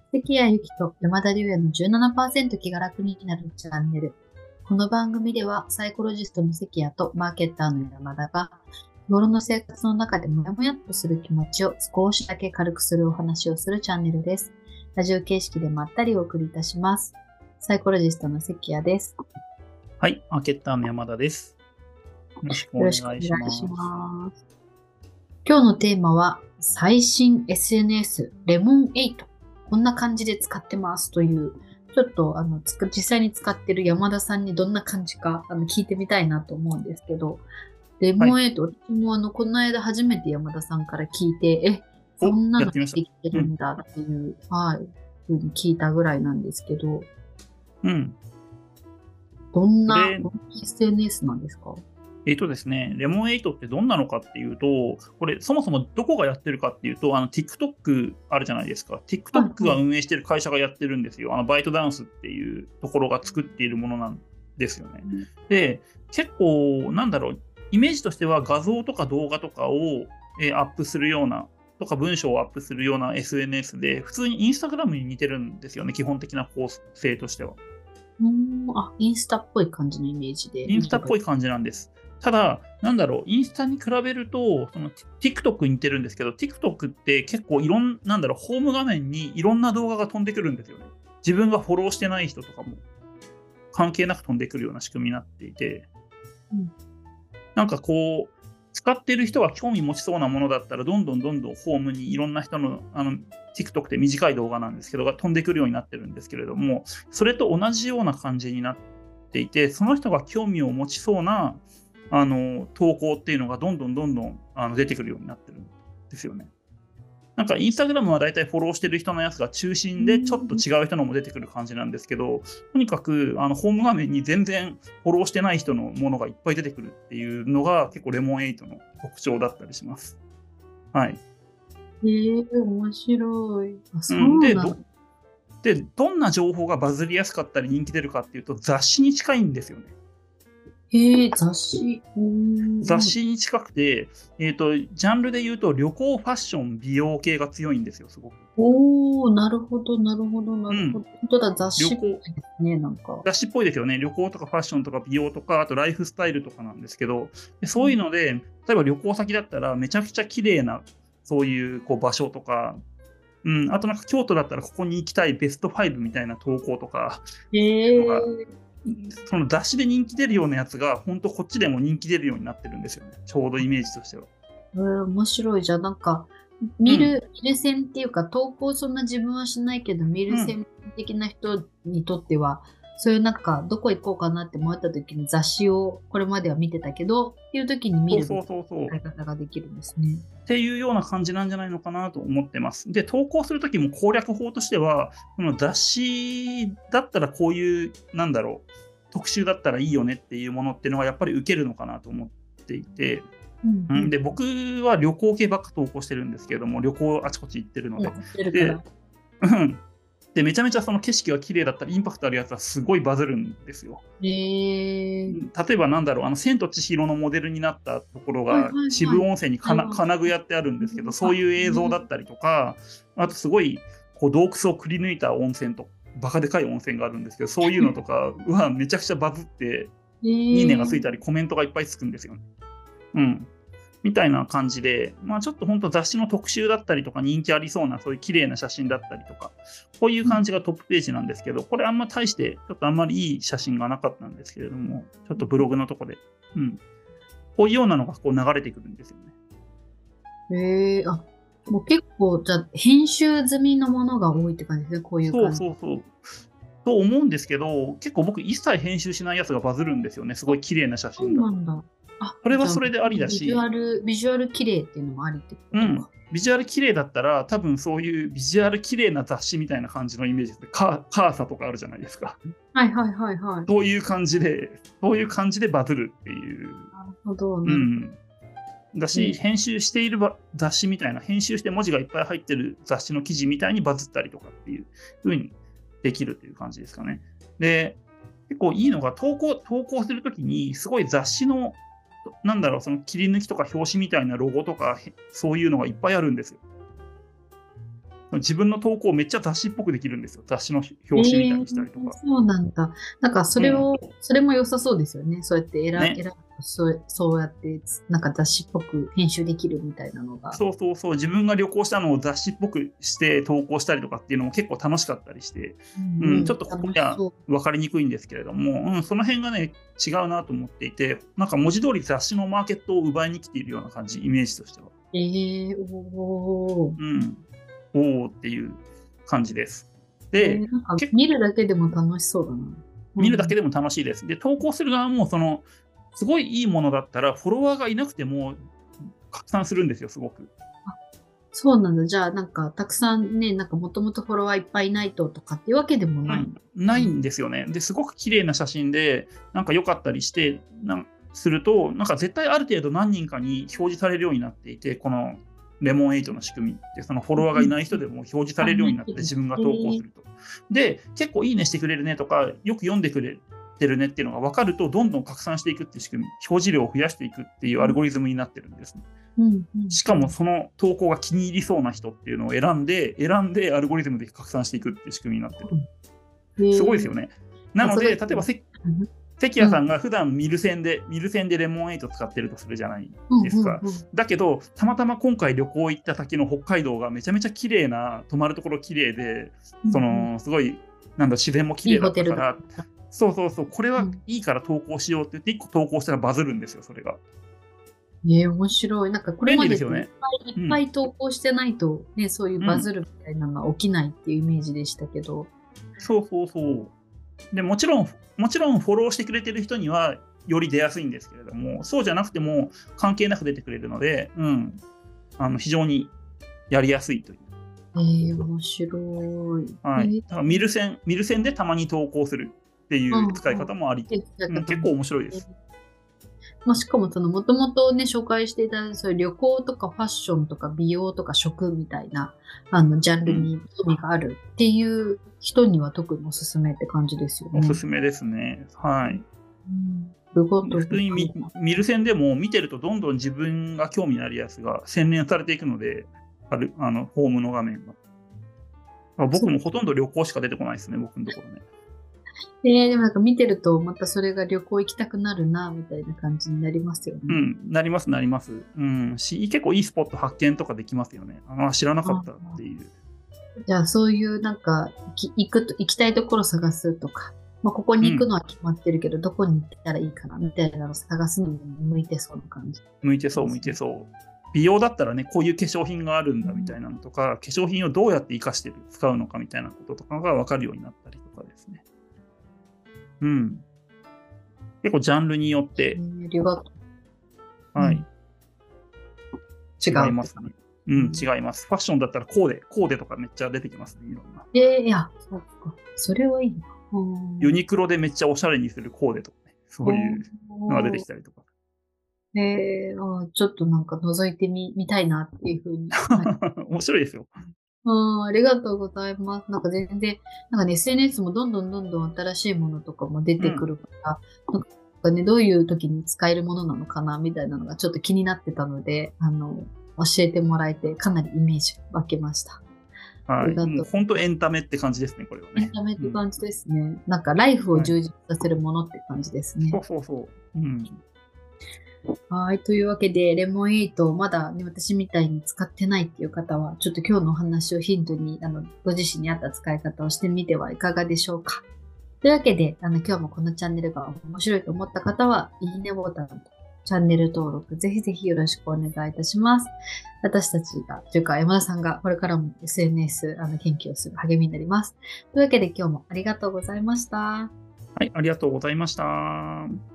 関谷由紀と山田龍也の17%気が楽になるチャンネル。この番組ではサイコロジストの関谷とマーケッターの山田が日頃の生活の中でもやもやっとする気持ちを少しだけ軽くするお話をするチャンネルです。ラジオ形式でまったりお送りいたします。サイコロジストの関谷です。 はい、マーケッターの山田です。よろしくおよろしくお願いします。 願いします。今日のテーマは最新 SNS レモン8。こんな感じで使ってますという、ちょっと実際に使ってる山田さんにどんな感じか聞いてみたいなと思うんですけど、レモン8、私もこの間初めて山田さんから聞いて、そんなのでやってみました。 きてるんだっていう、ふうに聞いたぐらいなんですけど、どんな SNS なんですか？ ですね、レモン8ってどんなのかっていうと、これそもそもどこがやってるかっていうと、TikTok あるじゃないですか。TikTok が運営してる会社がやってるんですよ。バイトダンスっていうところが作っているものなんですよね。で、結構、イメージとしては画像とか動画とかをアップするような、とか文章をアップするような SNS で、普通にインスタグラムに似てるんですよね、基本的な構成としては。 インスタっぽい感じのイメージで。 インスタっぽい感じなんです。ただ、インスタに比べると、TikTok に似てるんですけど、TikTok って結構ホーム画面にいろんな動画が飛んでくるんですよね。自分がフォローしてない人とかも関係なく飛んでくるような仕組みになっていて、使ってる人が興味持ちそうなものだったら、どんどんホームにいろんな人の、TikTok って短い動画なんですけど、が飛んでくるようになってるんですけれども、それと同じような感じになっていて、その人が興味を持ちそうな、投稿っていうのがどんどん出てくるようになってるんですよね。インスタグラムはだいたいフォローしてる人のやつが中心で、ちょっと違う人のも出てくる感じなんですけど、とにかくホーム画面に全然フォローしてない人のものがいっぱい出てくるっていうのが結構レモン8の特徴だったりします。はい。 面白い。 どんな情報がバズりやすかったり人気出るかっていうと、雑誌に近いんですよね。 雑誌。 雑誌に近くて、ジャンルで言うと旅行、ファッション、美容系が強いんですよ、すごく。 なるほど。本当だ、雑誌っぽいですね、 雑誌っぽいですよね。旅行とかファッションとか美容とか、あとライフスタイルとかなんですけど、そういうので、例えば旅行先だったらめちゃくちゃ綺麗な、そういう場所とか、あと京都だったらここに行きたいベスト5みたいな投稿とか、その雑誌で人気出るようなやつが、本当こっちでも人気出るようになってるんですよね。ちょうどイメージとしては。 面白い。じゃあ見る線っていうか、投稿そんな自分はしないけど、見る線的な人にとっては、そういうどこ行こうかなって思った時に雑誌をこれまでは見てたけど、っていう時に見る使い方ができるんですね。 っていうような感じなんじゃないのかなと思ってます。で、投稿するときも攻略法としては、この雑誌だったらこういう、特集だったらいいよねっていうものっていうのがやっぱり受けるのかなと思っていて、で、僕は旅行系ばっか投稿してるんですけれども、旅行あちこち行ってるので。で、めちゃめちゃその景色が綺麗だったり、インパクトあるやつはすごいバズるんですよ。例えば千と千尋のモデルになったところが、渋温泉に金具やってあるんですけど、そういう映像だったりとか、あとすごい洞窟をくり抜いた温泉と、バカでかい温泉があるんですけど、そういうのとかはめちゃくちゃバズって、いいねがついたり、コメントがいっぱいつくんですよね。みたいな感じで、ちょっと本当雑誌の特集だったりとか人気ありそうなそういう綺麗な写真だったりとか、こういう感じがトップページなんですけど、これあんま大して、ちょっとあんまりいい写真がなかったんですけれども、ちょっとブログのとこで、こういうようなのが流れてくるんですよね。もう結構、じゃあ編集済みのものが多いって感じですね、こういう感じ。 そう。と思うんですけど、結構僕一切編集しないやつがバズるんですよね、すごい綺麗な写真だと。 そうなんだ。 それはそれでありだし、 ビジュアル綺麗っていうのもありってことか。 ビジュアル綺麗だったら、多分そういうビジュアル綺麗な雑誌みたいな感じのイメージで、カーサとかあるじゃないですか。そういう感じでバズるっていう。 なるほど。 だし、編集している雑誌みたいな、編集して文字がいっぱい入ってる雑誌の記事みたいにバズったりとかっていう風にできるという感じですかね。で、結構いいのが投稿するときに、すごい雑誌のその切り抜きとか表紙みたいなロゴとか、そういうのがいっぱいあるんですよ。 自分の投稿をめっちゃ雑誌っぽくできるんですよ。雑誌の表紙みたいにしたりとか。 そうなんだ。なんかそれも良さそうですよね。そうやって選ぶとそうやってなんか雑誌っぽく編集できるみたいなのが。 そうそうそう。自分が旅行したのを雑誌っぽくして投稿したりとかっていうのも結構楽しかったりして、ちょっとここでは分かりにくいんですけれども、その辺がね、違うなと思っていて、なんか文字通り雑誌のマーケットを奪いに来ているような感じ、イメージとしては。 おーっていう感じです。で、 なんか見るだけでも楽しそうだな。 見るだけでも楽しいです。で、投稿する側も、すごいいいものだったら、フォロワーがいなくても拡散するんですよ、すごく。 そうなんだ。じゃあ、なんか、たくさんね、なんか、もともとフォロワーいっぱいいないととかっていうわけでもない。 ないんですよね。で、すごく綺麗な写真で、なんか良かったりして、すると、なんか絶対ある程度何人かに表示されるようになっていて、このレモン8の仕組みって、そのフォロワーがいない人でも表示されるようになって、自分が投稿すると。で、結構いいねしてくれるねとか、よく読んでくれてるねっていうのが分かると、どんどん拡散していくっていう仕組み、表示量を増やしていくっていうアルゴリズムになってるんですね。しかもその投稿が気に入りそうな人っていうのを選んでアルゴリズムで拡散していくっていう仕組みになってる。すごいですよね。なので、例えば関谷さんが普段ミルセンでレモン8使ってるとするじゃないですか。だけど、たまたま今回旅行行った先の北海道がめちゃめちゃ綺麗な、泊まるところ綺麗で、すごい、自然も綺麗だったから、そう、これはいいから投稿しようって言って、1個投稿したらバズるんですよ、それが。 面白い。なんかこれまでいっぱい投稿してないと、ね、そういうバズるみたいなのが起きないっていうイメージでしたけど。 そう。でもちろんフォローしてくれてる人にはより出やすいんですけれども、そうじゃなくても関係なく出てくれるので、非常にやりやすいという。 面白い。 はい。だからミルセンでたまに投稿するっていう使い方もあり、結構面白いです。 しかももともとね、紹介していただいたそういう旅行とかファッションとか美容とか食みたいなジャンルに興味があるっていう人には特におすすめって感じですよね。 おすすめですね。はい。 普通にミルセンでも見てるとどんどん自分が興味のあるやつが洗練されていくので、ホームの画面が。僕もほとんど旅行しか出てこないですね、僕のところね。 でもなんか見てるとまたそれが旅行行きたくなるなみたいな感じになりますよね。 なります。結構いいスポット発見とかできますよね。知らなかったっていう。 じゃあそういうなんか行きたいところ探すとか、ここに行くのは決まってるけど、どこに行ったらいいかなみたいなのを探すのに向いてそうな感じ。 向いてそう。美容だったらね、こういう化粧品があるんだみたいなのとか、化粧品をどうやって活かして使うのかみたいなこととかが分かるようになったりとかですね。結構ジャンルによって、はい、違いますね。違います。ファッションだったらコーデとかめっちゃ出てきますね、いろんな。 いや、そうか。それはいいな。 ユニクロでめっちゃおしゃれにするコーデとかね、そういうのが出てきたりとか。 ちょっとなんか覗いてみたいなっていうふうに。 面白いですよ。 ありがとうございます。なんか全然、なんかね、SNS もどんどん新しいものとかも出てくるから、なんかね、どういう時に使えるものなのかな、みたいなのがちょっと気になってたので、教えてもらえて、かなりイメージ湧けました。 はい。もう本当エンタメって感じですね、これはね。 エンタメって感じですね。なんかライフを充実させるものって感じですね。 そう。 はい。というわけで、レモン8、まだね、私みたいに使ってないっていう方は、ちょっと今日のお話をヒントに、ご自身に合った使い方をしてみてはいかがでしょうか。というわけで、今日もこのチャンネルが面白いと思った方は、いいねボタンとチャンネル登録、ぜひぜひよろしくお願いいたします。私たちが、というか山田さんがこれからも SNS、研究をする励みになります。というわけで今日もありがとうございました。 はい、ありがとうございました。